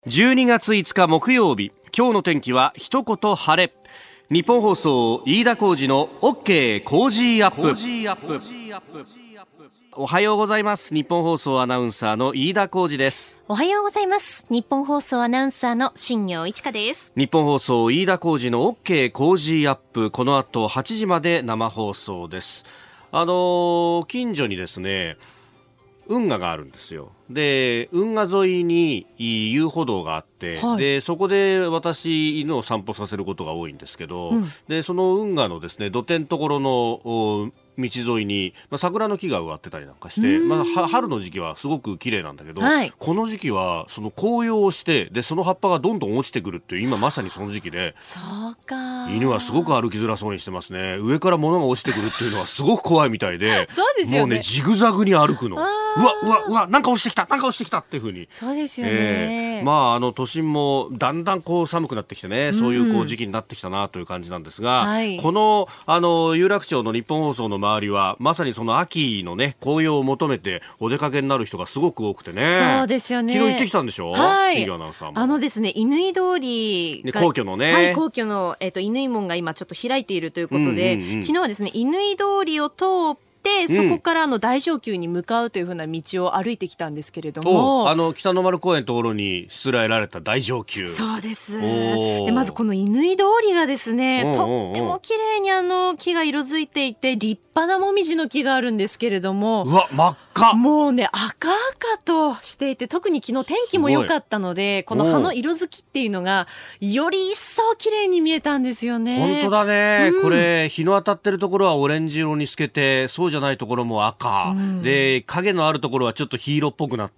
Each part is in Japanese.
12月5日木曜日、今日の天気は一言晴れ。日本放送飯田浩司の OK コージーアップ。おはようございます。日本放送アナウンサーの飯田浩司です。 おはようございます。日本放送アナウンサーの新業一華です。 日本放送飯田浩司の OK コージーアップ、この後8時まで生放送です。近所にですね、運河があるんですよ。で、運河沿いに遊歩道があって、はい、でそこで私犬を散歩させることが多いんですけど、でその運河のですね、土手のところの道沿いに、桜の木が植わってたりなんかして、春の時期はすごく綺麗なんだけど、はい、この時期はその紅葉をして、でその葉っぱがどんどん落ちてくるっていう、今まさにその時期で、 そうか、 犬はすごく歩きづらそうにしてますね。上から物が落ちてくるっていうのはすごく怖いみたいでそうですよね、 もうね、ジグザグに歩くの。うわ、なんか落ちてきたっていう風に。 そうですよね。 都心もだんだんこう寒くなってきてね、そういうこう時期になってきたなという感じなんですが、はい、この有楽町の日本放送の周りはまさにその秋のね、紅葉を求めてお出かけになる人がすごく多くてね。 そうですよね。 昨日行ってきたんでしょ、 はい、 新庄アナウンサーも。 ですね、乾通りが、 皇居のね、 はい、皇居の、乾門が今ちょっと開いているということで、昨日はですね、乾通りを通ってそこから大乗宮に向かうというふうな道を歩いてきたんですけれども、 北の丸公園のところにしつらえられた大乗宮。 そうです。でまずこの乾通りがですね、とっても綺麗に木が色づいていて、立派なもみじの木があるんですけれども、 うわ、真っ赤。 もうね、赤々としていて、特に昨日天気も良かったので、この葉の色づきっていうのがより一層綺麗に見えたんですよね。 本当だね、これ日の当たってるところはオレンジ色に透けて、そうじゃないところも赤、で影のあるところはちょっと黄色っぽくなって、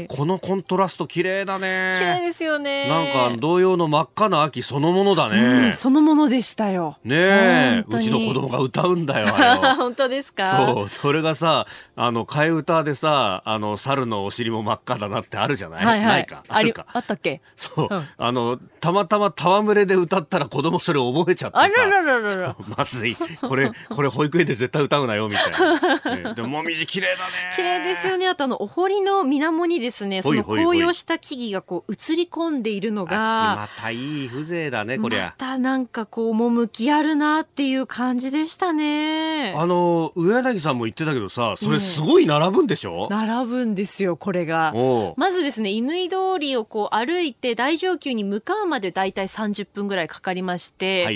このコントラスト綺麗だね。 綺麗ですよね。 なんか同様の真っ赤な秋そのものだね。 そのものでしたよねえ、うちの子供が歌うんだよ本当ですか。 そう、それがさ、替え歌でさ、猿のお尻も真っ赤だなってあるじゃない、 はいはい、 ないか、あるか、 あったっけ。 そう、たまたま戯れで歌ったら子供それ覚えちゃってさ、まずい、これ保育園で絶対歌うなよみたいな、でももみじ綺麗だね。 綺麗ですよね。あとお堀の水面にですね、その紅葉した木々がこう映り込んでいるのが、 またいい風情だね、こりゃ。 またなんかこう趣あるなっていう感じでしたね。 上柳さんも言ってたけどさ、それすごい並ぶんでしょ。 並ぶんですよ、これが。まずですね、乾通りをこう歩いて大乗宮に向かうまでだいたい30分ぐらいかかりまして、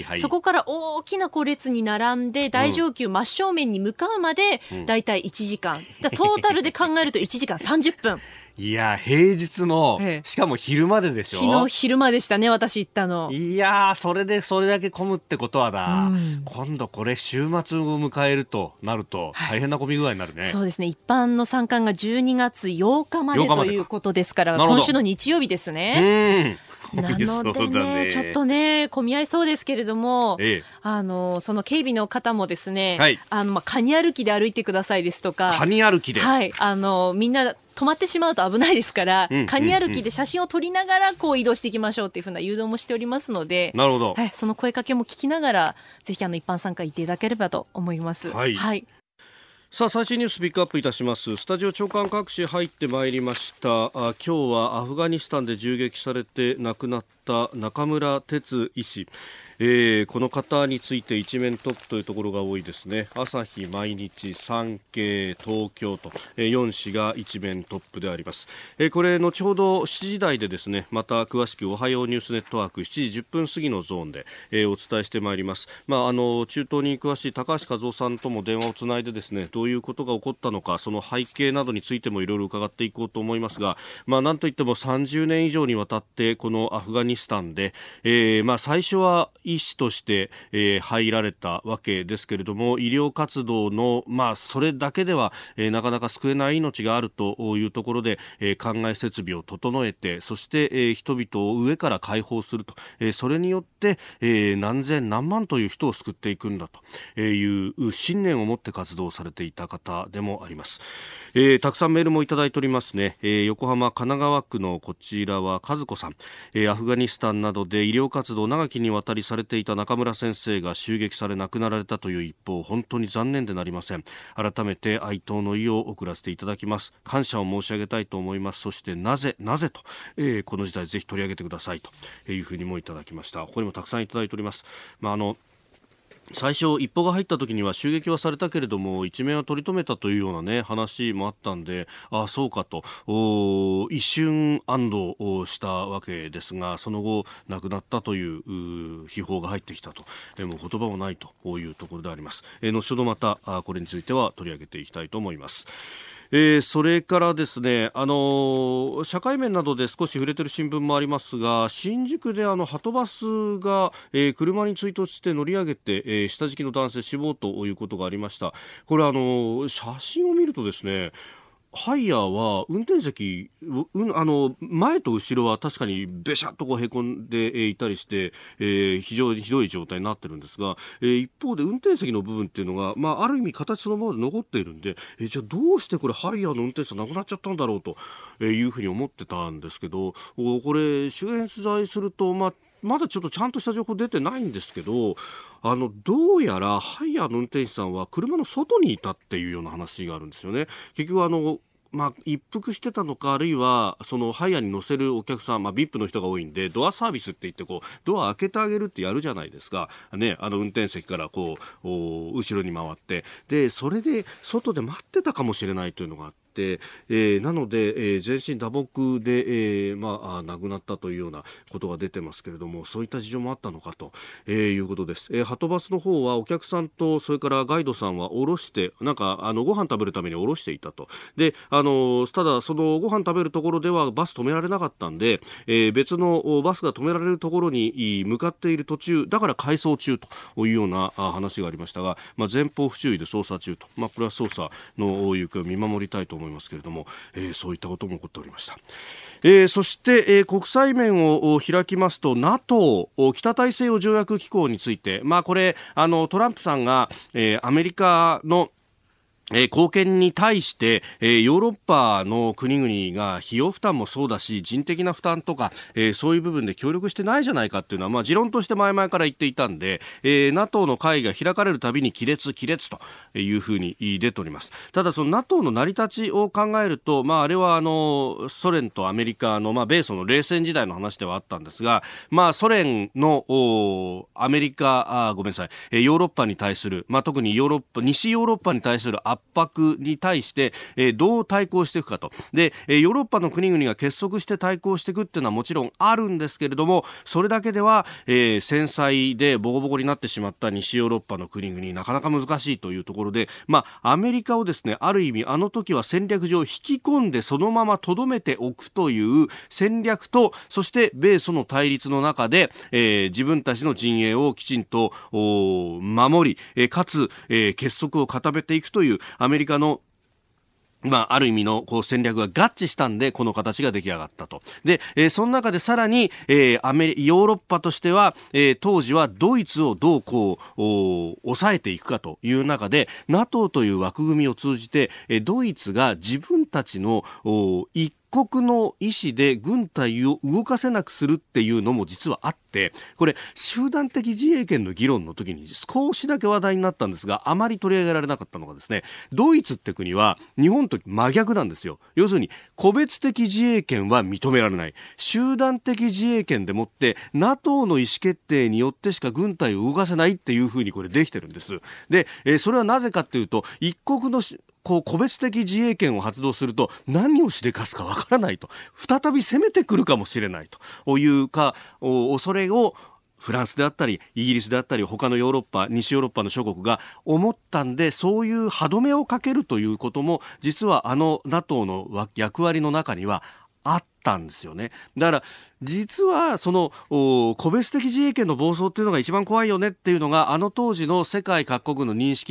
そこから大きな列に並んで大乗宮真正面に向かうまでだいたい1時間、トータルで考えると1時間30分。 いや、平日の、しかも昼まででしょ。 昨日昼間でしたね、私行ったの。 いやー、それでそれだけ混むってことはだ、今度これ週末を迎えるとなると大変な混み具合になるね。 そうですね、一般の参観が12月8日までということですから、今週の日曜日ですね。なのでね、ちょっとね、混み合いそうですけれども、その警備の方もですね、カニ歩きで歩いてくださいですとか、 カニ歩きで、 はい、みんな止まってしまうと危ないですから、カニ歩きで写真を撮りながらこう移動していきましょうっていう風な誘導もしておりますので、 なるほど、 はい、その声かけも聞きながら、ぜひ一般参加行っていただければと思います。 はい、はい。さあ、最新ニュースピックアップいたします。スタジオ長官各紙入ってまいりました。今日はアフガニスタンで銃撃されて亡くなった中村哲医師、この方について一面トップというところが多いですね。朝日、毎日、産経、東京と、4紙が一面トップであります。これ後ほど7時台でですね、また詳しくおはようニュースネットワーク7時10分過ぎのゾーンで、お伝えしてまいります。中東に詳しい高橋和夫さんとも電話をつないでですね、どういうことが起こったのか、その背景などについてもいろいろ伺っていこうと思いますが、なんといっても30年以上にわたってこのアフガニスタンで、最初は医師として、入られたわけですけれども、医療活動の、それだけでは、なかなか救えない命があるというところで、灌漑設備を整えて、そして、人々を上から解放すると、それによって、何千何万という人を救っていくんだという信念を持って活動されていた方でもあります。たくさんメールもいただいておりますね。横浜神奈川区のこちらは和子さん、アフガニスタンなどで医療活動を長きにわたりされていた中村先生が襲撃され亡くなられたという一報、本当に残念でなりません。改めて哀悼の意を送らせていただきます。感謝を申し上げたいと思います。そしてなぜと、この事態ぜひ取り上げてくださいというふうにもいただきました。ここにもたくさんいただいております。最初一報が入った時には襲撃はされたけれども一命は取り留めたというようなね話もあったんで、そうかと一瞬安堵をしたわけですが、その後亡くなったという秘報が入ってきたと、もう言葉もないというところであります。後ほどまたこれについては取り上げていきたいと思います。それからですね、社会面などで少し触れている新聞もありますが、新宿ではとバスが、車に追突して乗り上げて、下敷きの男性死亡ということがありました。これ写真を見るとですね、ハイヤーは運転席、前と後ろは確かにべしゃっとへこんでいたりして、非常にひどい状態になってるんですが、一方で運転席の部分っていうのが、ある意味形そのままで残っているんで、じゃあどうしてこれハイヤーの運転手さんなくなっちゃったんだろうというふうに思ってたんですけど、これ周辺取材するとまだちょっとちゃんとした情報出てないんですけど、どうやらハイヤーの運転手さんは車の外にいたっていうような話があるんですよね。結局一服してたのか、あるいはそのハイヤーに乗せるお客さん、VIP の人が多いんでドアサービスって言ってドア開けてあげるってやるじゃないですかね。運転席から後ろに回って、でそれで外で待ってたかもしれないというのがあって、なので、全身打撲で、亡くなったというようなことが出てますけれども、そういった事情もあったのかと、いうことです。はとバスの方はお客さんとそれからガイドさんは降ろしてご飯食べるために降ろしていたと。でただそのご飯食べるところではバス止められなかったんで、別のバスが止められるところに向かっている途中だから回送中というような話がありましたが、前方不注意で捜査中と、これは捜査の行方を見守りたいと思いますけれども、そういったことも起こっておりました。そして、国際面を開きますと NATO 北大西洋条約機構について、これトランプさんが、アメリカの貢献に対して、ヨーロッパの国々が費用負担もそうだし人的な負担とか、そういう部分で協力してないじゃないかっていうのは、持論として前々から言っていたんで、NATO の会議が開かれるたびに亀裂というふうに出ております。ただその NATO の成り立ちを考えると、あれはソ連とアメリカの、米ソの冷戦時代の話ではあったんですが、ソ連のアメリカヨーロッパに対する、特に西ヨーロッパに対する圧迫に対して、どう対抗していくかと。で、ヨーロッパの国々が結束して対抗していくっていうのはもちろんあるんですけれども、それだけでは、繊細でボコボコになってしまった西ヨーロッパの国々なかなか難しいというところで、アメリカをですね、ある意味時は戦略上引き込んでそのまま留めておくという戦略と、そして米ソの対立の中で、自分たちの陣営をきちんと守り、かつ、結束を固めていくというアメリカのある意味の戦略が合致したんでこの形が出来上がったと。で、その中でさらに、ヨーロッパとしては、当時はドイツをどう抑えていくかという中で NATO という枠組みを通じて、ドイツが自分たちの一国の意思で軍隊を動かせなくするっていうのも実はあって、これ集団的自衛権の議論の時に少しだけ話題になったんですが、あまり取り上げられなかったのがですね、ドイツって国は日本と真逆なんですよ。要するに個別的自衛権は認められない、集団的自衛権でもって NATO の意思決定によってしか軍隊を動かせないっていうふうにこれできてるんです。で、それはなぜかっていうと、一国の個別的自衛権を発動すると何をしでかすかわからないと、再び攻めてくるかもしれないという恐れをフランスであったりイギリスであったり他のヨーロッパ、西ヨーロッパの諸国が思ったんで、そういう歯止めをかけるということも実はNATO の役割の中にはあったんですよね。だから実はその個別的自衛権の暴走っていうのが一番怖いよねっていうのが当時の世界各国の認識があって、 、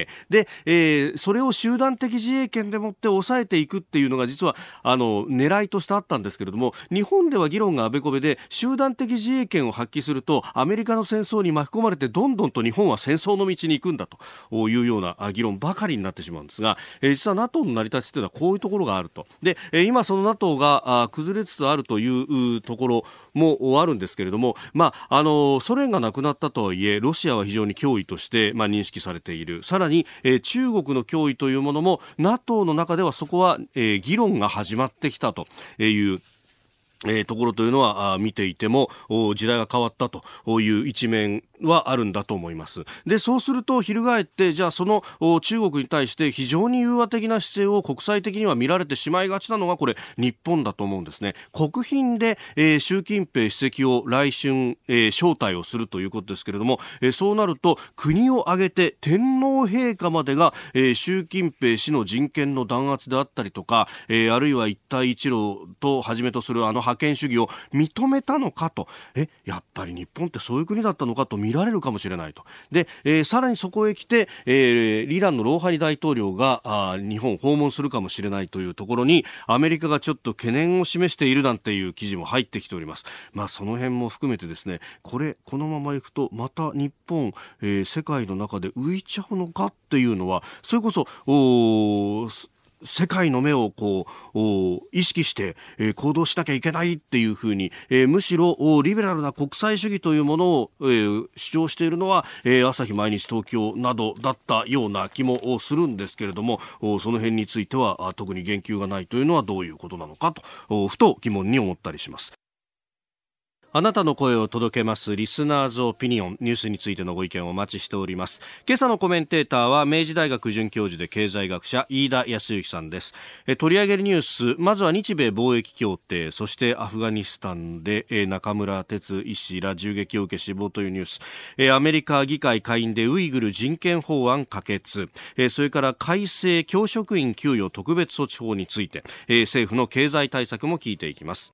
で、それを集団的自衛権でもって抑えていくっていうのが実は狙いとしてあったんですけれども、日本では議論があべこべで、集団的自衛権を発揮するとアメリカの戦争に巻き込まれてどんどんと日本は戦争の道に行くんだというような議論ばかりになってしまうんですが、実は NATO の成り立ちというのはこういうところがあると。で、今その NATO が崩れつつあるというところもあるんですけれども、ソ連がなくなったとはいえロシアは非常に脅威として、認識されている。さらに、中国の脅威というものも NATO の中ではそこは、議論が始まってきたというところというのは見ていても時代が変わったという一面はあるんだと思います。で、そうすると翻ってじゃあその中国に対して非常に融和的な姿勢を国際的には見られてしまいがちなのがこれ日本だと思うんですね。国賓で、習近平主席を来春、招待をするということですけれども、そうなると国を挙げて天皇陛下までが、習近平氏の人権の弾圧であったりとか、あるいは一帯一路とはじめとする覇権主義を認めたのかと、やっぱり日本ってそういう国だったのかと見られるかもしれないと。で、さらにそこへ来て、イランのローハニ大統領が日本を訪問するかもしれないというところにアメリカがちょっと懸念を示しているなんていう記事も入ってきております。その辺も含めてですね、このままいくとまた日本、世界の中で浮いちゃうのかっていうのは、それこそ世界の目を意識して、行動しなきゃいけないっていうふうに、むしろリベラルな国際主義というものを、主張しているのは、朝日毎日東京などだったような気もするんですけれども、その辺については特に言及がないというのはどういうことなのかとふと疑問に思ったりします。あなたの声を届けますリスナーズオピニオン、ニュースについてのご意見をお待ちしております。今朝のコメンテーターは明治大学准教授で経済学者飯田康之さんです。取り上げるニュース、まずは日米貿易協定、そしてアフガニスタンで中村哲医師ら銃撃を受け死亡というニュース、アメリカ議会下院でウイグル人権法案可決、それから改正教職員給与特別措置法について、政府の経済対策も聞いていきます。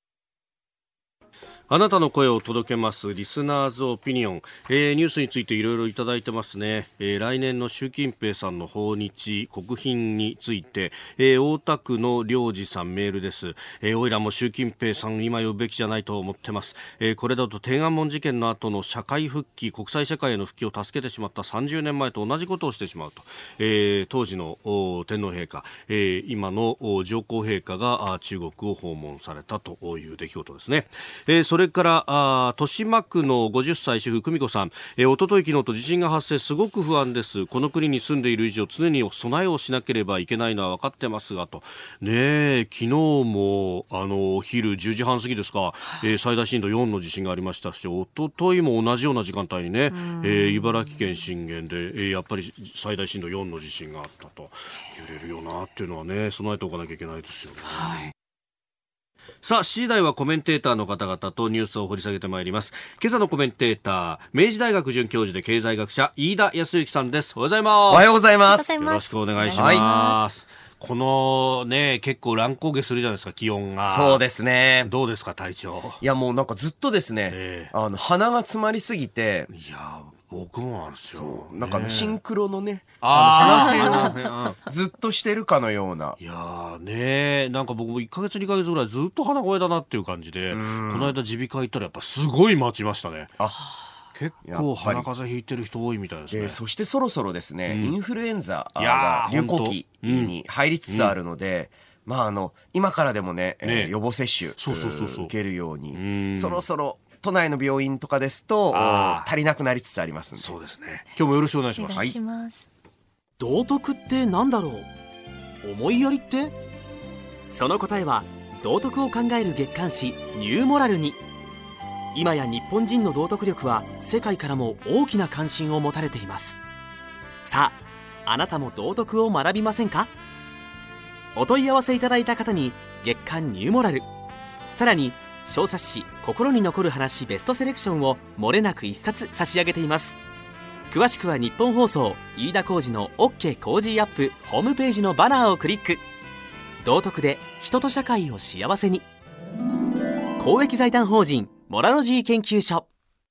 あなたの声を届けますリスナーズオピニオン、ニュースについていろいろいただいてますね。来年の習近平さんの訪日国賓について、大田区の領事さんメールです。おいらも習近平さん今呼ぶべきじゃないと思ってます。これだと天安門事件の後の社会復帰、国際社会への復帰を助けてしまった30年前と同じことをしてしまうと、当時の天皇陛下、今の上皇陛下が中国を訪問されたという出来事ですね。それから豊島区の50歳主婦久美子さん、おととい昨日と地震が発生、すごく不安です。この国に住んでいる以上常に備えをしなければいけないのは分かってますがと、ね、昨日もお昼10時半過ぎですか、最大震度4の地震がありましたし、おとといも同じような時間帯にね、茨城県震源で、やっぱり最大震度4の地震があったと。揺れるよなっていうのはね、備えておかなきゃいけないですよね。はい。さあ、7時台はコメンテーターの方々とニュースを掘り下げてまいります。今朝のコメンテーター、明治大学准教授で経済学者飯田康之さんです。おはようございます。 おはようございます。 よろしくお願いします。このね、結構乱高下するじゃないですか、気温が。 そうですね。 どうですか、体調。 いや、もうなんかずっとですね、鼻が詰まりすぎて。 いや、僕もなんですよ。 なんかシンクロのね、鼻栓をずっとしてるかのような。 いやーね、なんか僕も1ヶ月2ヶ月ぐらいずっと鼻声だなっていう感じで、この間耳鼻科行ったらやっぱすごい待ちましたね。結構鼻風邪ひいてる人多いみたいですね。 そしてそろそろですね、インフルエンザが流行期に入りつつあるので、今からでもね、予防接種受けるように、そろそろ都内の病院とかですと足りなくなりつつありますんで。 そうですね。今日もよろしくお願いします。 お願いします。 道徳ってなんだろう。思いやりって？その答えは道徳を考える月刊誌ニューモラルに。今や日本人の道徳力は世界からも大きな関心を持たれています。さあ、あなたも道徳を学びませんか？お問い合わせいただいた方に月刊ニューモラル、さらに小冊子心に残る話ベストセレクションを漏れなく1冊差し上げています。詳しくは日本放送飯田浩司の OK コージーアップホームページのバナーをクリック。道徳で人と社会を幸せに。公益財団法人モラロジー研究所。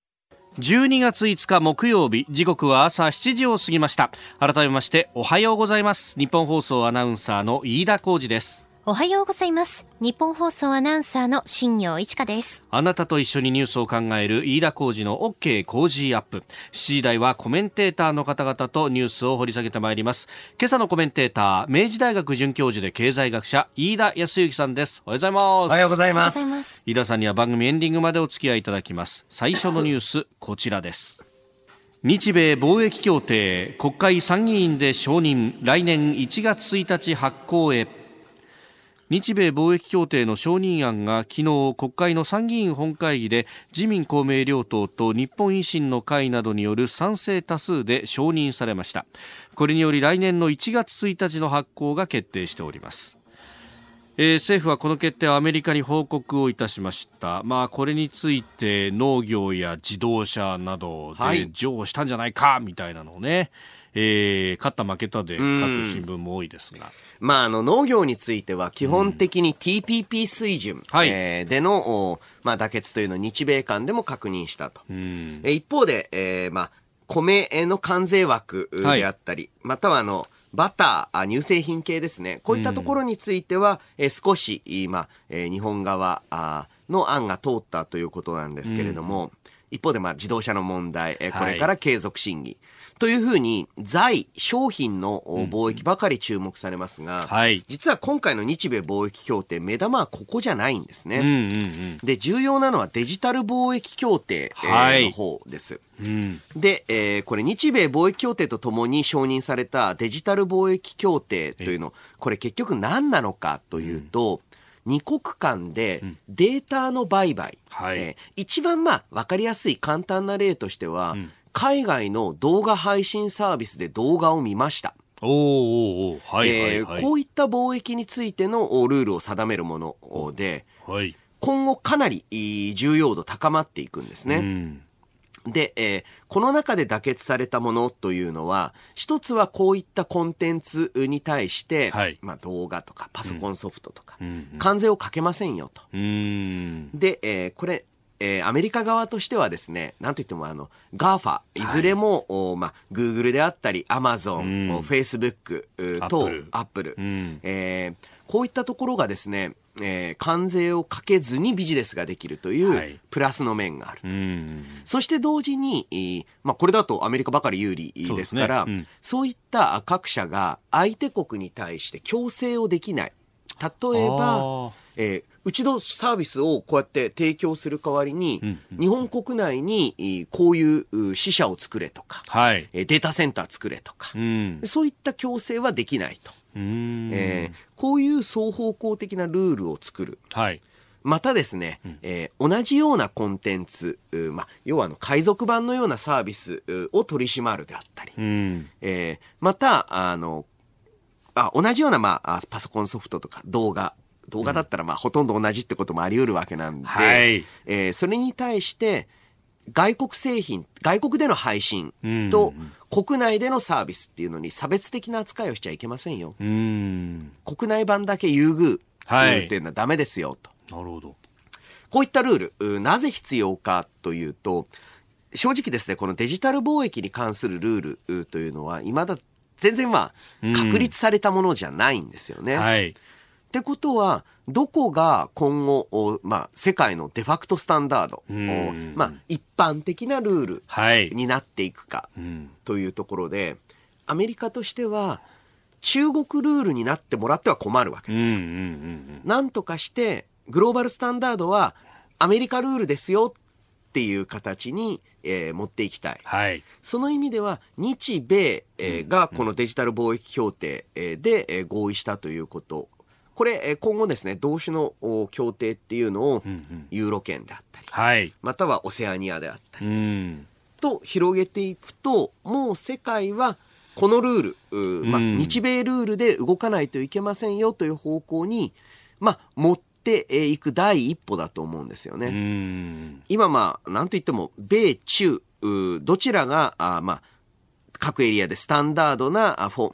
12月5日木曜日、時刻は朝7時を過ぎました。改めましておはようございます。日本放送アナウンサーの飯田浩司です。 おはようございます。日本放送アナウンサーの新業一華です。 あなたと一緒にニュースを考える飯田浩司の OK 工事アップ。7時台はコメンテーターの方々とニュースを掘り下げてまいります。今朝のコメンテーター、明治大学准教授で経済学者飯田康之さんです。おはようございます。 おはようございます。 飯田さんには番組エンディングまでお付き合いいただきます。最初のニュース、こちらです。日米貿易協定、国会参議院で承認、来年1月1日発効へ。日米貿易協定の承認案が昨日国会の参議院本会議で自民公明両党と日本維新の会などによる賛成多数で承認されました。これにより来年の1月1日の発効が決定しております。政府はこの決定をアメリカに報告をいたしました。これについて農業や自動車などで譲歩したんじゃないかみたいなのをね、勝った負けたで書く新聞も多いですが、 農業については基本的に TPP 水準、での、妥結というのを日米間でも確認したと。一方で、米の関税枠であったり、またはバター、乳製品系ですね。こういったところについては、少し、日本側の案が通ったということなんですけれども、一方で自動車の問題、これから継続審議。というふうに商品の貿易ばかり注目されますが、実は今回の日米貿易協定、目玉はここじゃないんですね。で、重要なのはデジタル貿易協定の方です。で、これ日米貿易協定とともに承認されたデジタル貿易協定というの、これ結局何なのかというと、二国間でデータの売買、一番分かりやすい簡単な例としては、海外の動画配信サービスで動画を見ました。こういった貿易についてのルールを定めるもので、今後かなり重要度高まっていくんですね。で、この中で妥結されたものというのは、一つはこういったコンテンツに対して、動画とかパソコンソフトとか、関税をかけませんよと。で、これ、アメリカ側としてはですね、なんといってもGAFA、いずれも、Google であったり、Amazon、Facebook と Apple、こういったところがですね、関税をかけずにビジネスができるというプラスの面があると。そして同時に、これだとアメリカばかり有利ですから、そういった各社が相手国に対して強制をできない。例えば、うちのサービスをこうやって提供する代わりに、日本国内にこういう支社を作れとか、データセンター作れとか、そういった強制はできないと。こういう双方向的なルールを作る。またですね、同じようなコンテンツ、要は海賊版のようなサービスを取り締まるであったり、また同じような、パソコンソフトとか動画だったらほとんど同じってこともあり得るわけなんで、それに対して外国製品、外国での配信と国内でのサービスっていうのに差別的な扱いをしちゃいけませんよ。国内版だけ優遇っていうのはダメですよと。 なるほど。 こういったルール、なぜ必要かというと、正直ですね、このデジタル貿易に関するルールというのは未だ全然確立されたものじゃないんですよね。ってことは、どこが今後、世界のデファクトスタンダード、一般的なルールになっていくかというところで、アメリカとしては中国ルールになってもらっては困るわけですよ。なんとかしてグローバルスタンダードはアメリカルールですよっていう形に、持っていきたい。その意味では日米、がこのデジタル貿易協定、で、合意したということ。これ今後ですね、同種の協定っていうのをユーロ圏であったり、またはオセアニアであったりと広げていくと、もう世界はこのルール、日米ルールで動かないといけませんよという方向に、持っていく第一歩だと思うんですよね。今なんといっても米中どちらが各エリアでスタンダードな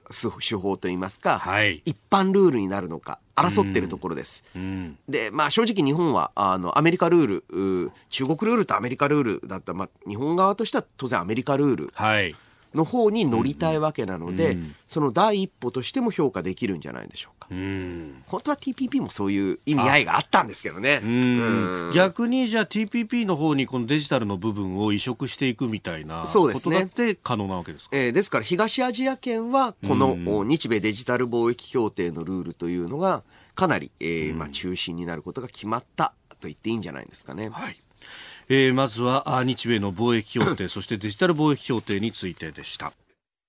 手法といいますか、一般ルールになるのか争っているところです。で、正直日本はアメリカルール、中国ルールとアメリカルールだったら、日本側としては当然アメリカルールの方に乗りたいわけなので、その第一歩としても評価できるんじゃないでしょうか。本当は TPP もそういう意味合いがあったんですけどね。 逆にじゃあ TPP の方にこのデジタルの部分を移植していくみたいなことだって可能なわけですか。 ですから東アジア圏はこの日米デジタル貿易協定のルールというのがかなり、中心になることが決まったと言っていいんじゃないですかね。 まずは日米の貿易協定そしてデジタル貿易協定についてでした。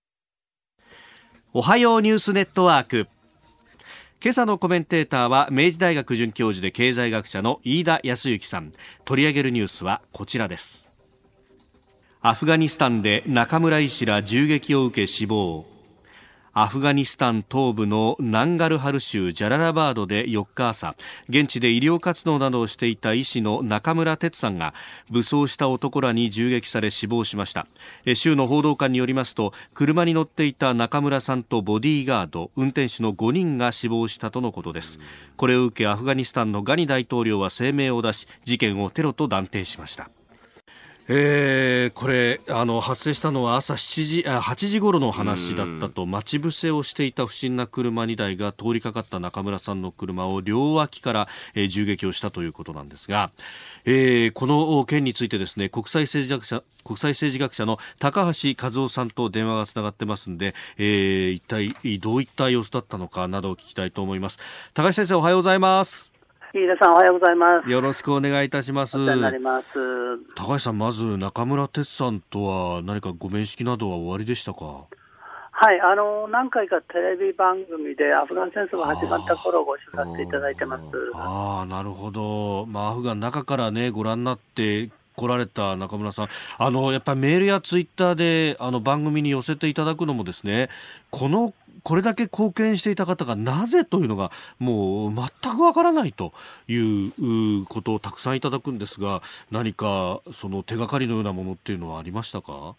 おはようニュースネットワーク、今朝のコメンテーターは明治大学准教授で経済学者の飯田康之さん。取り上げるニュースはこちらです。アフガニスタンで中村医師ら銃撃を受け死亡。アフガニスタン東部のナンガルハル州ジャララバードで4日朝、現地で医療活動などをしていた医師の中村哲さんが武装した男らに銃撃され死亡しました。州の報道官によりますと、車に乗っていた中村さんとボディーガード、運転手の5人が死亡したとのことです。これを受けアフガニスタンのガニ大統領は声明を出し、事件をテロと断定しました。これ発生したのは朝8時頃の話だったと。待ち伏せをしていた不審な車2台が通りかかった中村さんの車を両脇から、銃撃をしたということなんですが、この件についてですね、国際政治学者の高橋和夫さんと電話がつながってますんで、一体どういった様子だったのかなどを聞きたいと思います。高橋先生、おはようございます。 飯田さん、おはようございます。 よろしくお願いいたします。 お世話になります。 高橋さん、まず中村哲さんとは何かご面識などはおありでしたか？ はい、何回かテレビ番組でアフガン戦争が始まった頃ご一緒させていただいてます。 なるほど。アフガン中からねご覧になって来られた中村さん、やっぱりメールやツイッターで番組に寄せていただくのもですね、これだけ貢献していた方がなぜというのがもう全くわからないということをたくさんいただくんですが、何かその手がかりのようなものっていうのはありましたか？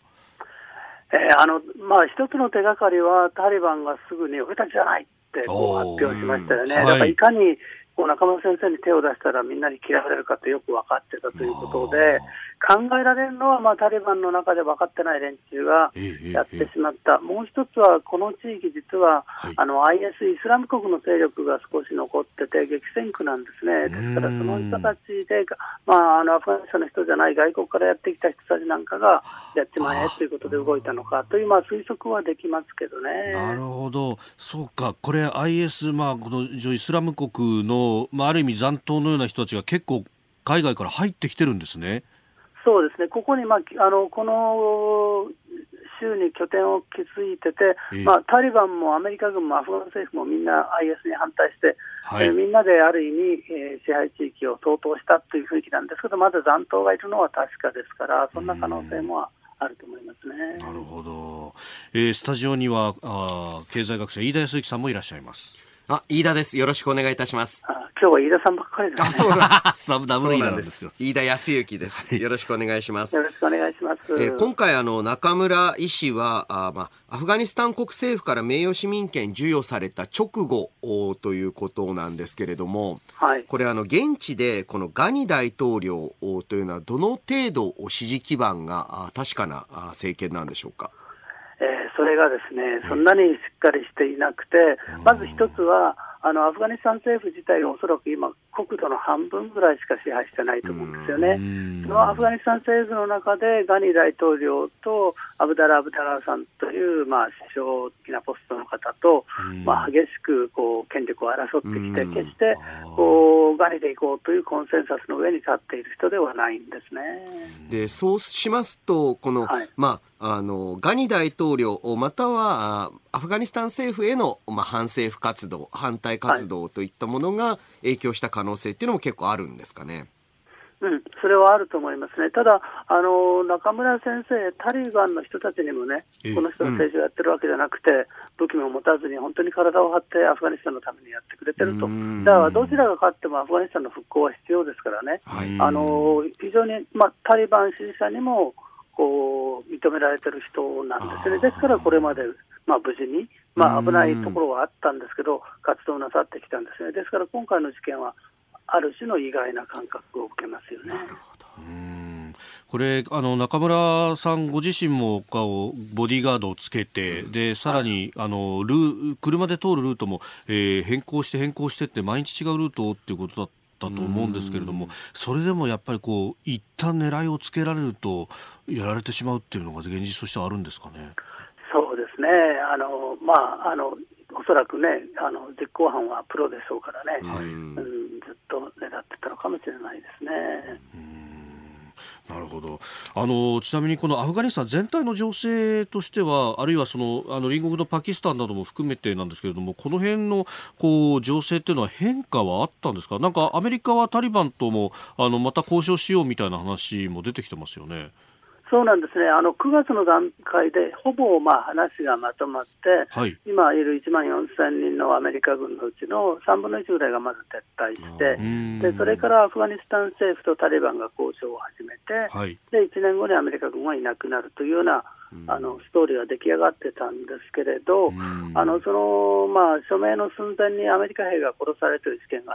一つの手がかりはタリバンがすぐに俺たちじゃないって発表しましたよね。だからいかに中村先生に手を出したらみんなに嫌われるかってよく分かってたということで、考えられるのは、タリバンの中で分かってない連中がやってしまった。もう一つはこの地域実は、IS イスラム国の勢力が少し残ってて激戦区なんですね。ですからその人たちで、アフガニスタンの人じゃない外国からやってきた人たちなんかがやっちまえということで動いたのかという推測はできますけどね。 なるほど、そうか。これ IS、このイスラム国の、ある意味残党のような人たちが結構海外から入ってきてるんですね。 そうですね、ここに、この州に拠点を築いてて、タリバンもアメリカ軍もアフガン政府もみんな IS に反対して、みんなである意味、支配地域を統統したという雰囲気なんですけど、まだ残党がいるのは確かですから、そんな可能性もあると思いますね。 なるほど。スタジオには経済学者飯田康之さんもいらっしゃいます。 飯田です。よろしくお願いいたします。 今日は飯田さんばっかりですね。 そうなんダブル飯田なんですよ。 飯田康之です。よろしくお願いします。 よろしくお願いします。 今回中村医師はアフガニスタン国政府から名誉市民権授与された直後ということなんですけれども、これ現地でこのガニ大統領というのはどの程度支持基盤が確かな政権なんでしょうか？ それがですね、そんなにしっかりしていなくて、まず一つはアフガニスタン政府自体がおそらく今国土の半分ぐらいしか支配してないと思うんですよね。そのアフガニスタン政府の中でガニ大統領とアブダラさんという首相的なポストの方と激しく権力を争ってきて、決してガニでいこうというコンセンサスの上に立っている人ではないんですね。 でそうしますとこの、ガニ大統領またはアフガニスタン政府への、反政府活動、反対活動といったものが影響した可能性っていうのも結構あるんですかね。 それはあると思いますね。ただ中村先生、タリバンの人たちにもね、この人の政治をやってるわけじゃなくて、武器も持たずに本当に体を張ってアフガニスタンのためにやってくれてると。だからどちらが勝ってもアフガニスタンの復興は必要ですからね。非常に、タリバン支持者にも認められてる人なんですね。ですからこれまで無事に危ないところはあったんですけど、活動なさってきたんですね。ですから今回の事件はある種の意外な感覚を受けますよね。なるほど。 これ中村さんご自身もボディーガードをつけて、でさらに車で通るルートも、変更してって毎日違うルートっていうことだったと思うんですけれども、それでもやっぱり一旦狙いをつけられるとやられてしまうっていうのが現実としてはあるんですかね。 そうですね。おそらくね、実行犯はプロでしょうからね、ずっと狙ってたのかもしれないですね。 なるほど。ちなみにこのアフガニスタン全体の情勢としては、あるいは隣国のパキスタンなども含めてなんですけれども、この辺の情勢っていうのは変化はあったんですか。なんかアメリカはタリバンともまた交渉しようみたいな話も出てきてますよね。 そうなんですね。9月の段階でほぼ話がまとまって、はい、今いる1万4000人のアメリカ軍のうちの3分の1ぐらいがまず撤退して、でそれからアフガニスタン政府とタリバンが交渉を始めて、はい、で1年後にアメリカ軍はいなくなるというようなストーリーが出来上がってたんですけれど、署名の寸前にアメリカ兵が殺されている事件があって、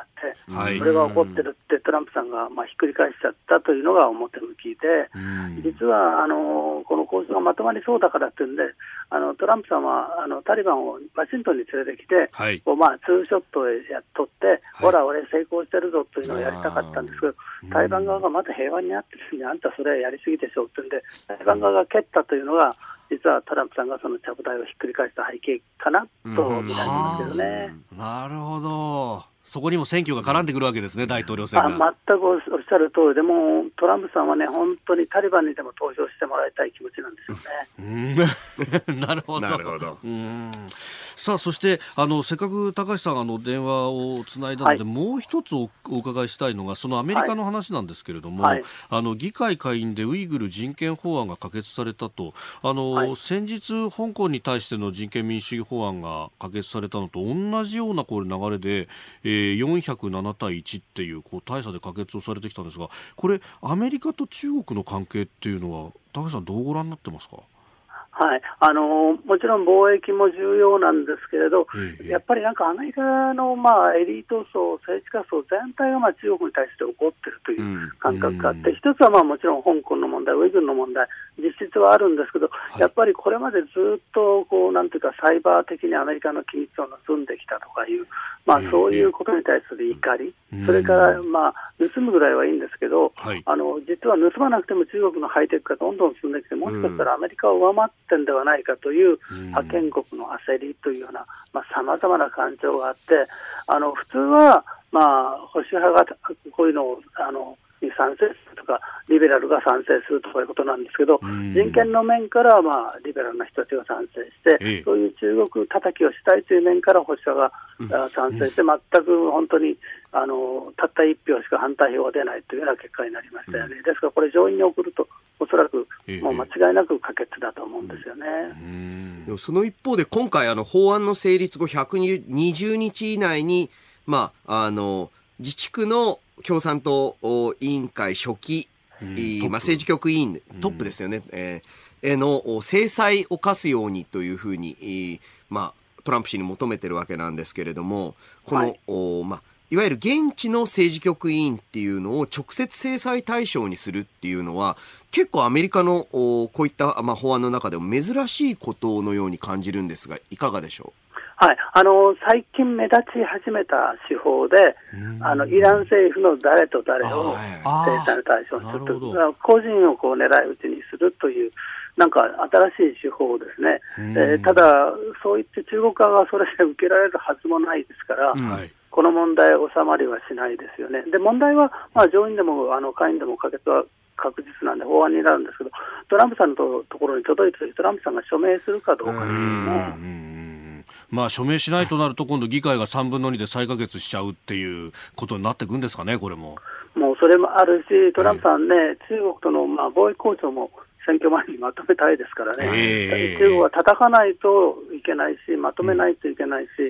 はい、これが起こってるってトランプさんがひっくり返しちゃったというのが表向きで、実はこの交渉がまとまりそうだからというんで、トランプさんはタリバンをワシントンに連れてきて、はい、ツーショットを撮って、はい、ほら俺成功してるぞというのをやりたかったんですけど、タリバン側がまだ平和になってるんで、あんたそれやりすぎでしょというんで、タリバン側が蹴ったというのが実はトランプさんがそのちゃぶ台をひっくり返した背景かなと見られますけどね。 なるほど。そこにも選挙が絡んでくるわけですね、大統領選が。 全くおっしゃる通りで、もうトランプさんはね、本当にタリバンにでも投票してもらいたい気持ちなんですよね。なるほど。さあ、そしてせっかく高橋さん電話をつないだので、はい、もう一つお伺いしたいのがそのアメリカの話なんですけれども、はい、議会下院でウイグル人権法案が可決されたと、先日香港に対しての人権民主主義法案が可決されたのと同じような流れで、407対1っていう大差で可決をされてきたんですが、これアメリカと中国の関係っていうのは高橋さんどうご覧になってますか。 はい、もちろん貿易も重要なんですけれど、やっぱりなんかアメリカのエリート層、政治家層全体が中国に対して怒っているという感覚があって、一つはもちろん香港の問題、ウイグルの問題、実質はあるんですけど、やっぱりこれまでずっとなんていうかサイバー的にアメリカの機密を盗んできたとかいう、そういうことに対する怒り、それから盗むぐらいはいいんですけど、実は盗まなくても中国のハイテクがどんどん進んできて、もしかしたらアメリカを上回ってんではないかという覇権国の焦りというようなさまざまな感情があって、普通は保守派がこういうのをに賛成するとかリベラルが賛成するとかいうことなんですけど、人権の面からリベラルな人たちが賛成して、そういう中国叩きをしたいという面から保守派が賛成して、全く本当にたった1票しか反対票が出ないというような結果になりましたよね。ですからこれ上院に送るとおそらくもう間違いなく可決だと思うんですよね。 でもその一方で今回法案の成立後120日以内に、自治区の共産党委員会書記、政治局委員トップですよね、の制裁を科すようにというふうに、トランプ氏に求めてるわけなんですけれども、この、いわゆる現地の政治局委員っていうのを直接制裁対象にするっていうのは結構アメリカのこういった、法案の中でも珍しいことのように感じるんですが、いかがでしょう。 はい、最近目立ち始めた手法で、イラン政府の誰と誰を制裁の対象にすると、個人を狙い撃ちにするという、なんか新しい手法ですね。ただ、そういって中国側がそれで受けられるはずもないですから、この問題収まりはしないですよね。で、問題は、上院でも下院でも可決は確実なんで法案になるんですけど、トランプさんのところに届いてトランプさんが署名するかどうかですね。 署名しないとなると今度議会が3分の2で再可決しちゃうっていうことになっていくんですかね。これもうそれもあるし、トランプさんね、中国との貿易交渉も選挙前にまとめたいですからね、中国は叩かないといけないし、まとめないといけないし、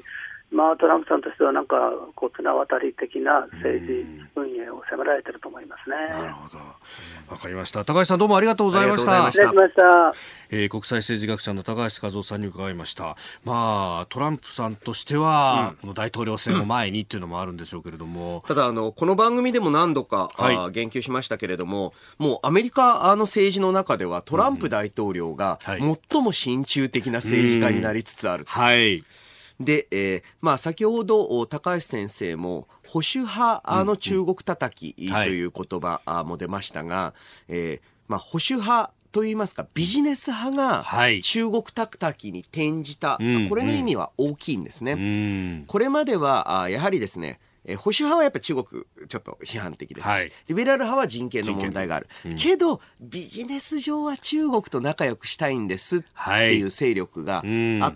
トランプさんとしてはなんかこう綱渡り的な政治運営を迫られていると思いますね。 なるほど、わかりました。高橋さん、どうもありがとうございました。 失礼しました。 国際政治学者の高橋和夫さんに伺いました。トランプさんとしては、この大統領選を前にっていうのもあるんでしょうけれども、 ただこの番組でも何度か、言及しましたけれども、もうアメリカの政治の中ではトランプ大統領が最も親中的な政治家になりつつあると。で、先ほど高橋先生も保守派の中国叩きという言葉も出ましたが、保守派といいますかビジネス派が中国叩きに転じた、これの意味は大きいんですね。これまではやはりですね、保守派はやっぱり中国ちょっと批判的ですし、リベラル派は人権の問題がある、けどビジネス上は中国と仲良くしたいんですっていう勢力があって、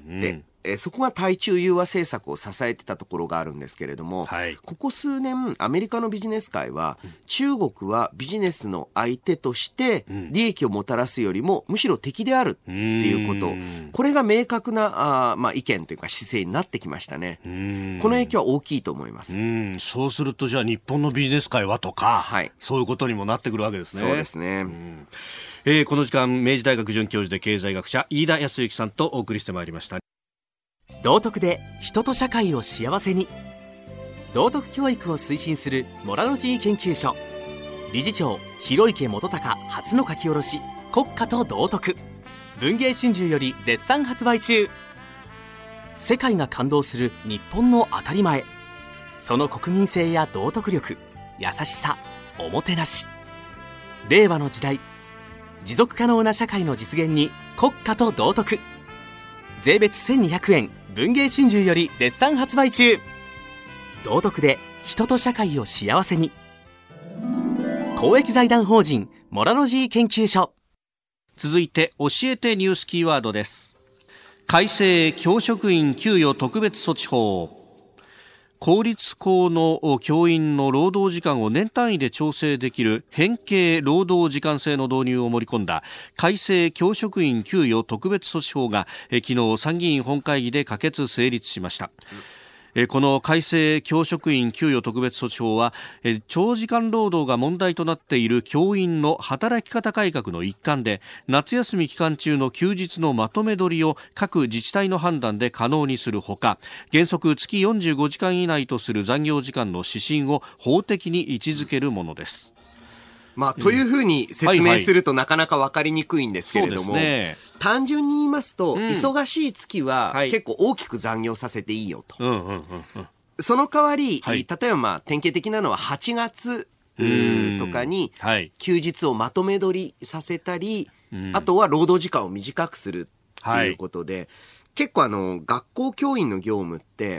そこが対中融和政策を支えてたところがあるんですけれども、ここ数年アメリカのビジネス界は中国はビジネスの相手として利益をもたらすよりもむしろ敵であるっていうこと、これが明確な意見というか姿勢になってきましたね。この影響は大きいと思います。 そうするとじゃあ日本のビジネス界はとか、そういうことにもなってくるわけですね。 そうですね。 この時間明治大学准教授で経済学者飯田康之さんとお送りしてまいりました。 道徳で人と社会を幸せに、道徳教育を推進するモラロジー研究所、理事長広池元隆初の書き下ろし国家と道徳、文藝春秋より絶賛発売中。世界が感動する日本の当たり前、その国民性や道徳力、優しさ、おもてなし、令和の時代持続可能な社会の実現に国家と道徳、税別1200円、文藝春秋より絶賛発売中。道徳で人と社会を幸せに。公益財団法人モラロジー研究所。 続いて教えてニュースキーワードです。改正教職員給与特別措置法。公立校の教員の労働時間を年単位で調整できる変形労働時間制の導入を盛り込んだ改正教職員給与特別措置法が昨日参議院本会議で可決成立しました。この改正教職員給与特別措置法は長時間労働が問題となっている教員の働き方改革の一環で、夏休み期間中の休日のまとめ取りを各自治体の判断で可能にするほか、原則月45時間以内とする残業時間の指針を法的に位置づけるものです。 というふうに説明するとなかなか分かりにくいんですけれども、単純に言いますと、忙しい月は結構大きく残業させていいよと。その代わり、例えば典型的なのは8月とかに休日をまとめ取りさせたり、あとは労働時間を短くするっていうことで、結構学校教員の業務って、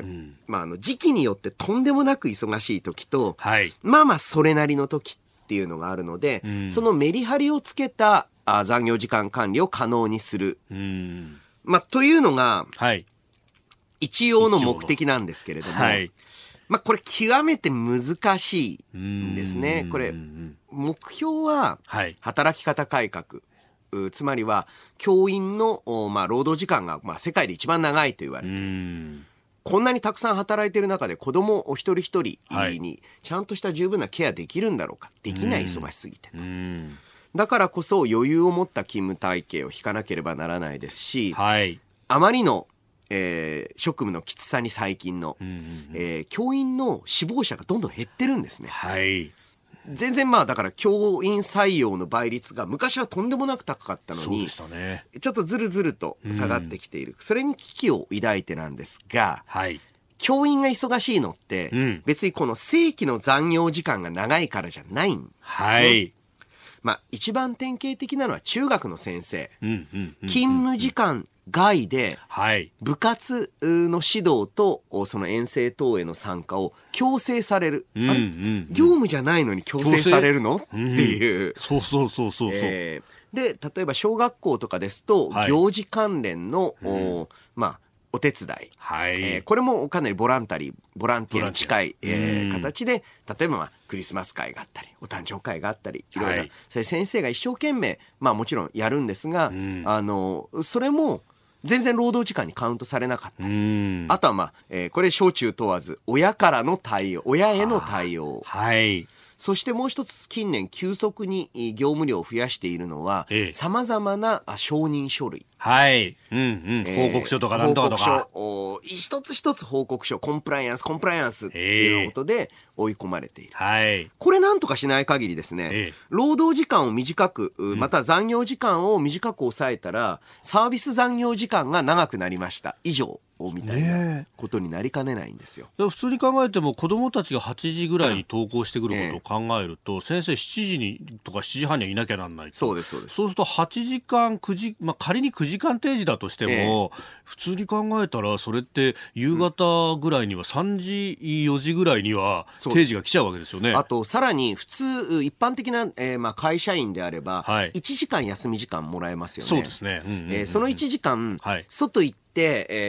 時期によってとんでもなく忙しい時と、それなりの時っていうのがあるので、そのメリハリをつけた残業時間管理を可能にする、というのが、一応の目的なんですけれども、これ極めて難しいんですね。これ目標は働き方改革、つまりは教員の、労働時間が、世界で一番長いと言われている。こんなにたくさん働いている中で子供お一人一人にちゃんとした十分なケアできるんだろうか。できない、忙しすぎてと。だからこそ余裕を持った勤務体系を引かなければならないですし、あまりの、職務のきつさに最近の、教員の死亡者がどんどん減ってるんですね。全然だから教員採用の倍率が昔はとんでもなく高かったのに、ちょっとずるずると下がってきている。それに危機を抱いてなんですが、教員が忙しいのって、別にこの正規の残業時間が長いからじゃないんですね。一番典型的なのは中学の先生、勤務時間外で部活の指導とその遠征等への参加を強制される。業務じゃないのに強制されるのっていう。で、例えば小学校とかですと、行事関連のお手伝い、これもかなりボランティアに近い、形で、例えばクリスマス会があったりお誕生会があったり、いろいろ、それ先生が一生懸命もちろんやるんですが、それも全然労働時間にカウントされなかった。あとはこれ小中問わず親からの対応、親への対応。 はい。 そしてもう一つ近年急速に業務量を増やしているのは、様々な承認書類。 はい。報告書とかなんとかとか。 報告書、一つ一つ報告書、コンプライアンスっていうことで追い込まれている。 はい。 これなんとかしない限りですね、労働時間を短く、また残業時間を短く抑えたら、サービス残業時間が長くなりました以上。みたいなことになりかねないんですよ。 普通に考えても子どもたちが8時ぐらいに登校してくることを考えると、先生7時にとか7時半にはいなきゃなんないと。 そうですそうです。 そうすると8時間9時、仮に9時間定時だとしても、普通に考えたらそれって夕方ぐらいには3時4時ぐらいには定時が来ちゃうわけですよね。 あとさらに普通一般的な、会社員であれば、1時間休み時間もらえますよね。 そうですね。 その1時間、外行って、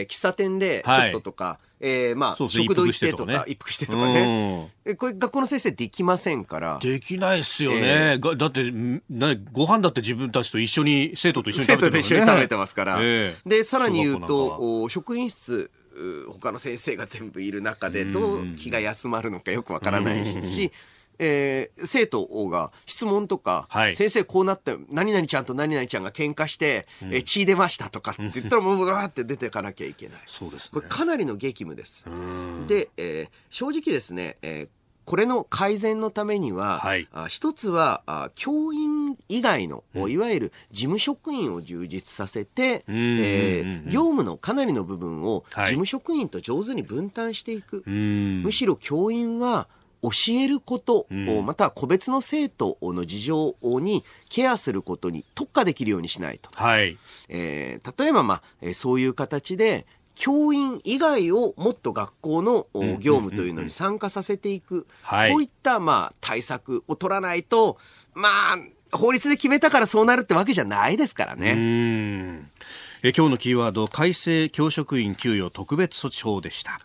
喫茶店でちょっととか、食堂行ってとか一服してとかね、これ学校の先生できませんから。 できないっすよね。だってご飯だって自分たちと一緒に生徒と一緒に食べてますからね。 生徒と一緒に食べてますから。でさらに言うと職員室他の先生が全部いる中でどう気が休まるのかよくわからないし。生徒が質問とか、先生こうなって何々ちゃんと何々ちゃんが喧嘩して、血出ましたとかって言ったらもうわーって出ていかなきゃいけない。 そうですね。 これかなりの激務です。で、正直ですね、これの改善のためには、一つは教員以外の、いわゆる事務職員を充実させて、業務のかなりの部分を事務職員と上手に分担していく。むしろ教員は教えることを、または個別の生徒の事情にケアすることに特化できるようにしないと。例えば、そういう形で教員以外をもっと学校の業務というのに参加させていく、こういった対策を取らないと、法律で決めたからそうなるってわけじゃないですからね。 今日のキーワード、改正教職員給与特別措置法でした。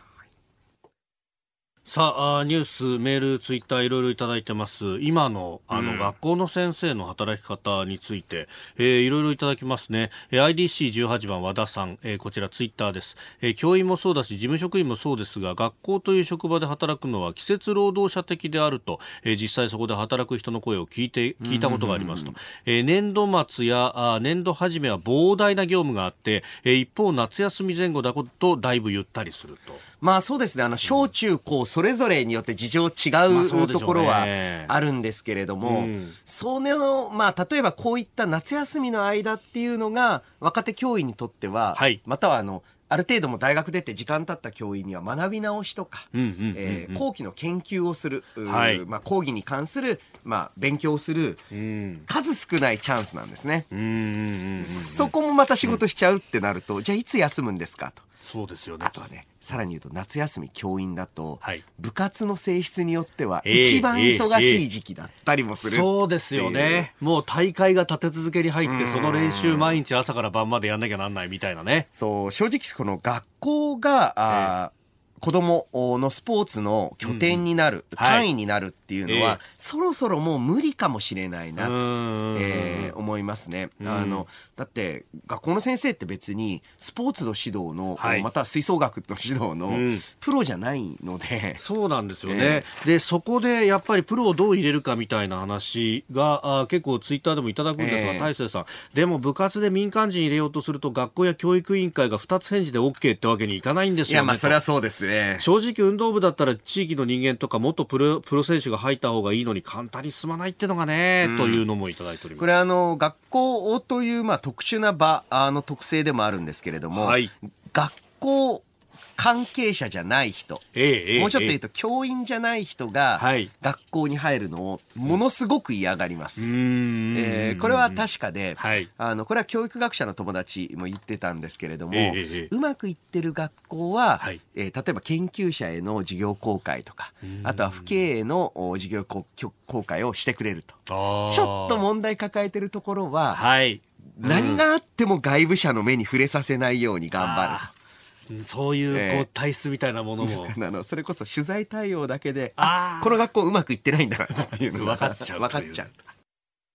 さあ、ニュース、メール、ツイッターいろいろいただいてます。今の学校の先生の働き方について、いろいろいただきますね。IDC18 番和田さん、こちらツイッターです。教員もそうだし事務職員もそうですが、学校という職場で働くのは季節労働者的であると、実際そこで働く人の声を聞いたことがありますと。年度末や年度始めは膨大な業務があって、一方夏休み前後だとだいぶゆったりすると。 そうですね。小中高それぞれによって事情違うところはあるんですけれども、その例えばこういった夏休みの間っていうのが若手教員にとっては、またはある程度も大学出て時間経った教員には学び直しとか、後期の研究をする、講義に関する、勉強をする、数少ないチャンスなんですね。そこもまた仕事しちゃうってなると、じゃあいつ休むんですかと。 そうですよね。 あとはね、さらに言うと夏休み教員だと、部活の性質によっては一番忙しい時期だったりもする。 そうですよね。もう大会が立て続けに入って、その練習毎日朝から晩までやんなきゃなんないみたいなね。 そう、正直この学校が、子供のスポーツの拠点になる、単位になるっていうのは、そろそろもう無理かもしれないなと、思いますね。だって学校の先生って別にスポーツの指導の、または吹奏楽の指導のプロじゃないので、 そうなんですよね。でそこでやっぱりプロをどう入れるかみたいな話が結構ツイッターでもいただくんですが、大勢さん、でも部活で民間人入れようとすると学校や教育委員会が2つ返事で OK ってわけにいかないんですよね。 いや、それはそうですね。 正直運動部だったら地域の人間とか元プロ選手が入った方がいいのに簡単に進まないっていうのがね、というのもいただいております。 これ学校という特殊な場の特性でもあるんですけれども、学校関係者じゃない人、もうちょっと言うと教員じゃない人が学校に入るのをものすごく嫌がります。これは確かで、これは教育学者の友達も言ってたんですけれども、うまくいってる学校は、例えば研究者への授業公開とか、あとは父兄への授業公開をしてくれると。ちょっと問題抱えてるところは、何があっても外部者の目に触れさせないように頑張る。 そういう体質みたいなものも、 それこそ取材対応だけで、この学校うまくいってないんだなっていうのが分かっちゃう。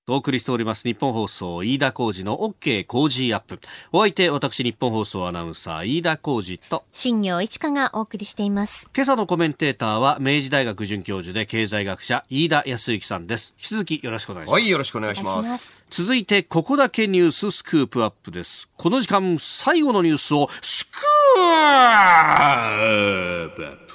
お送りしております日本放送飯田浩司の OK 工事アップ。お相手私日本放送アナウンサー飯田浩司と新業一華がお送りしています。 今朝のコメンテーターは明治大学准教授で経済学者飯田康之さんです。引き続きよろしくお願いします。 はい、よろしくお願いします。 続いてここだけニューススクープアップです。この時間最後のニュースをスクープアップ。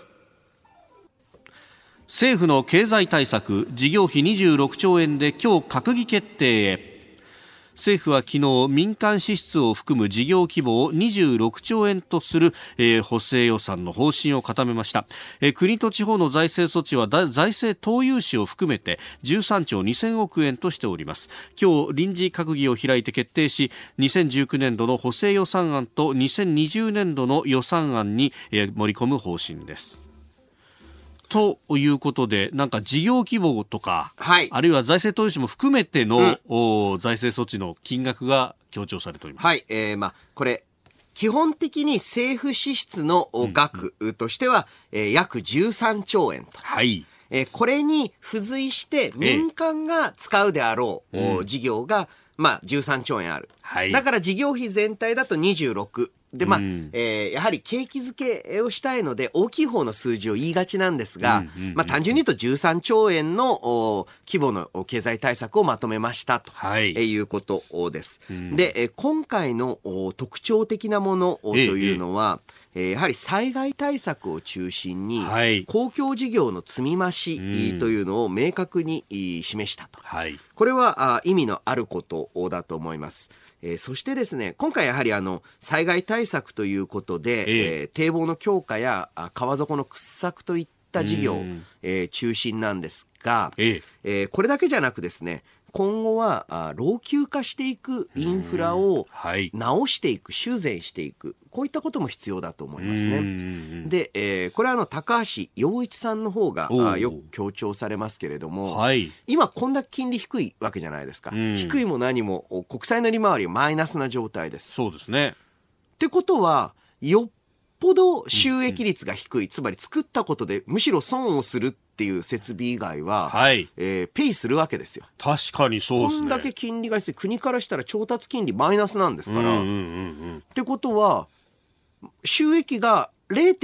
政府の経済対策事業費26兆円で今日閣議決定へ。政府は昨日民間支出を含む事業規模を26兆円とする、補正予算の方針を固めました。国と地方の財政措置は財政投融資を含めて13兆2000億円としております。今日臨時閣議を開いて決定し、2019年度の補正予算案と2020年度の予算案に、盛り込む方針です。ということで、なんか事業規模とか、はい、あるいは財政投融資も含めての、財政措置の金額が強調されております。 はい、これ基本的に政府支出の額としては、約13兆円と。はい。これに付随して民間が使うであろう、事業が、13兆円ある。はい。だから事業費全体だと26。で、やはり景気づけをしたいので大きい方の数字を言いがちなんですが、単純に言うと13兆円の規模の経済対策をまとめましたと、いうことです。で、今回の特徴的なものというのは、やはり災害対策を中心に、公共事業の積み増しというのを明確に示したと。これは意味のあることだと思います。そしてですね、今回やはり災害対策ということで、堤防の強化や川底の掘削といった事業、中心なんですが、これだけじゃなくですね、今後は老朽化していくインフラを直していく、修繕していく、こういったことも必要だと思いますね。で、これは高橋洋一さんの方がよく強調されますけれども、今こんだけ金利低いわけじゃないですか。低いも何も国債の利回りはマイナスな状態です。 そうですね。 ってことはよっぽど収益率が低い、つまり作ったことでむしろ損をするっていう設備以外は、ペイするわけですよ。 確かにそうですね。 こんだけ金利が低い、国からしたら調達金利マイナスなんですから、ってことは収益が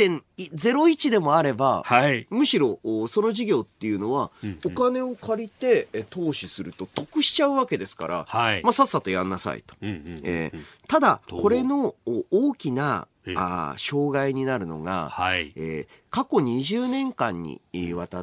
0.01 でもあれば、むしろその事業っていうのは、お金を借りて投資すると得しちゃうわけですから、さっさとやんなさいと。ただこれの大きな障害になるのが、過去20年間にわたって、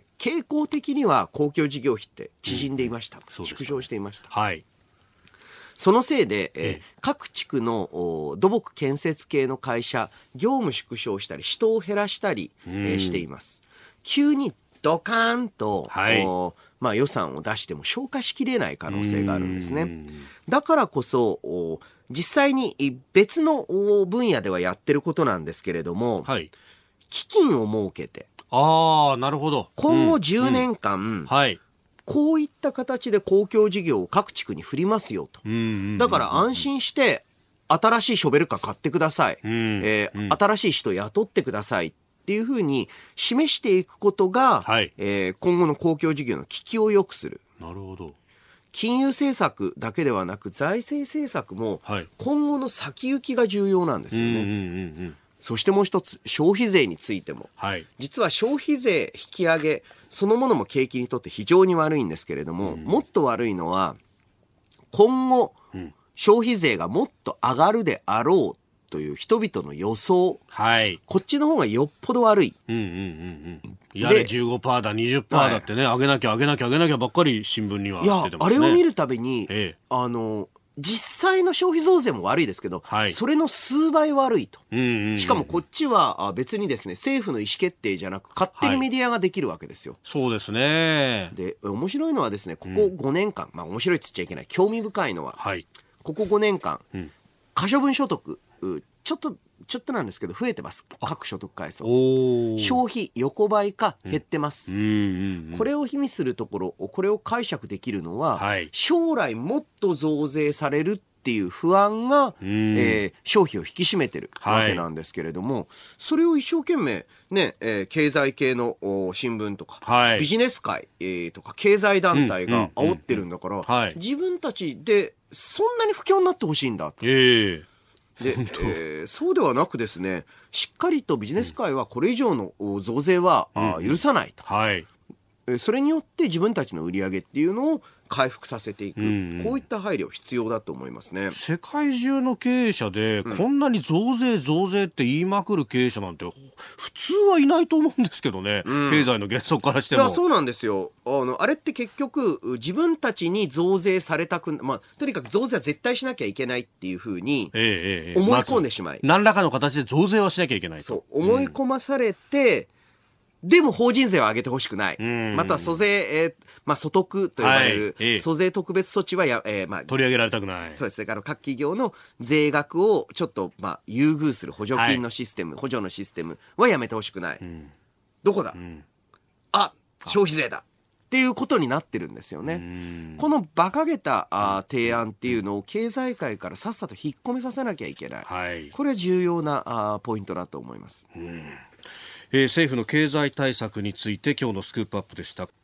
傾向的には公共事業費って縮んでいました。縮小していました。そのせいで、各地区の土木建設系の会社、業務縮小したり人を減らしたり、しています。急にドカーンと、予算を出しても消化しきれない可能性があるんですね。だからこそ実際に別の分野ではやってることなんですけれども、基金を設けて、 なるほど。 今後10年間、こういった形で公共事業を各地区に振りますよと。だから安心して新しいショベルカー買ってください、新しい人雇ってくださいっていうふうに示していくことが、今後の公共事業の効きを良くする。 なるほど。 金融政策だけではなく財政政策も今後の先行きが重要なんですよね。そしてもう一つ、消費税についても、実は消費税引き上げそのものも景気にとって非常に悪いんですけれども、もっと悪いのは今後、消費税がもっと上がるであろうという人々の予想、こっちの方がよっぽど悪い。 やれ 15% だ 20% だってね、上げなきゃばっかり新聞には出てますね。 あれを見るたびに、実際の消費増税も悪いですけど、それの数倍悪いと。しかもこっちは別にですね、政府の意思決定じゃなく勝手にメディアができるわけですよ。 そうですね。 で、面白いのはですね、ここ5年間、面白いっつっちゃいけない、興味深いのは、ここ5年間、可処分所得ちょっとなんですけど増えてます。各所得階層。消費横ばいか減ってます。これを意味するところ、これを解釈できるのは、将来もっと増税されるっっていう不安が、消費を引き締めてるわけなんですけれども、それを一生懸命ね、経済系の新聞とか、ビジネス界、とか経済団体が煽ってるんだから、自分たちでそんなに不況になってほしいんだと。で、そうではなくですね、しっかりとビジネス界はこれ以上の増税は、許さないと。それによって自分たちの売り上げっていうのを回復させていく、こういった配慮必要だと思いますね。 世界中の経営者でこんなに増税って言いまくる経営者なんて普通はいないと思うんですけどね、経済の原則からしても。 いや、そうなんですよ。あれって結局自分たちに増税されたく、とにかく増税は絶対しなきゃいけないっていうふうに思い込んでしまい、 何らかの形で増税はしなきゃいけないと、 そう思い込まされて、でも法人税は上げてほしくない、または租税、所得と呼ばれる租税特別措置は取り上げられたくない。 そうですね。各企業の税額をちょっと優遇する補助金のシステム、補助のシステムはやめてほしくない、どこだ、消費税だっていうことになってるんですよね。この馬鹿げた提案っていうのを経済界からさっさと引っ込めさせなきゃいけない、これは重要なポイントだと思います。 政府の経済対策について今日のスクープアップでした。